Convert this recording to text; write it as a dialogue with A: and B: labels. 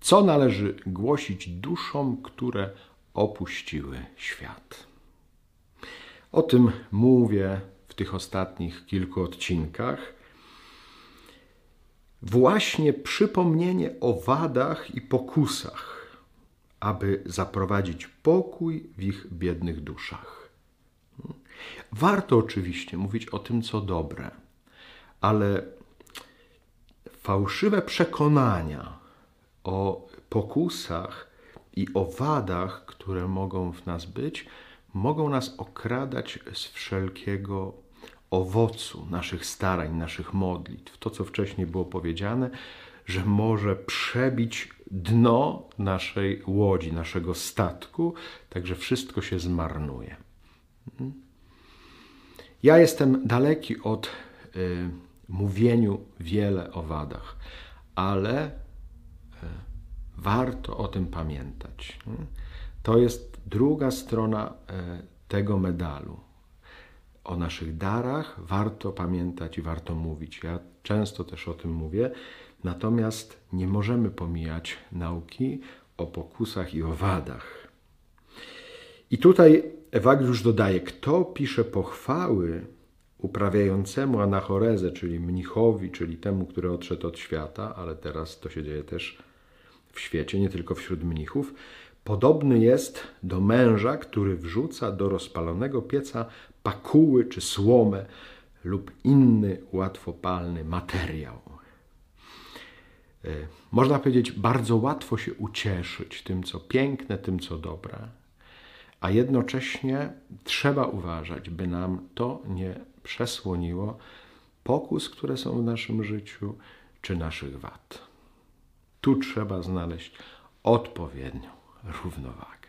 A: Co należy głosić duszom, które opuściły świat? O tym mówię w tych ostatnich kilku odcinkach. Właśnie przypomnienie o wadach i pokusach, aby zaprowadzić pokój w ich biednych duszach. Warto oczywiście mówić o tym, co dobre, ale fałszywe przekonania o pokusach i o wadach, które mogą w nas być, mogą nas okradać z wszelkiego owocu naszych starań, naszych modlitw. To, co wcześniej było powiedziane, że może przebić dno naszej łodzi, naszego statku, także wszystko się zmarnuje. Ja jestem daleki od mówieniu wiele o wadach, ale warto o tym pamiętać. To jest druga strona tego medalu. O naszych darach warto pamiętać i warto mówić. Ja często też o tym mówię, natomiast nie możemy pomijać nauki o pokusach i o wadach. I tutaj Ewagriusz dodaje, kto pisze pochwały uprawiającemu anachorezę, czyli mnichowi, czyli temu, który odszedł od świata, ale teraz to się dzieje też w świecie, nie tylko wśród mnichów, podobny jest do męża, który wrzuca do rozpalonego pieca pakuły czy słomę lub inny łatwopalny materiał. Można powiedzieć, bardzo łatwo się ucieszyć tym, co piękne, tym, co dobre, a jednocześnie trzeba uważać, by nam to nie przesłoniło pokus, które są w naszym życiu, czy naszych wad. Tu trzeba znaleźć odpowiednią równowagę.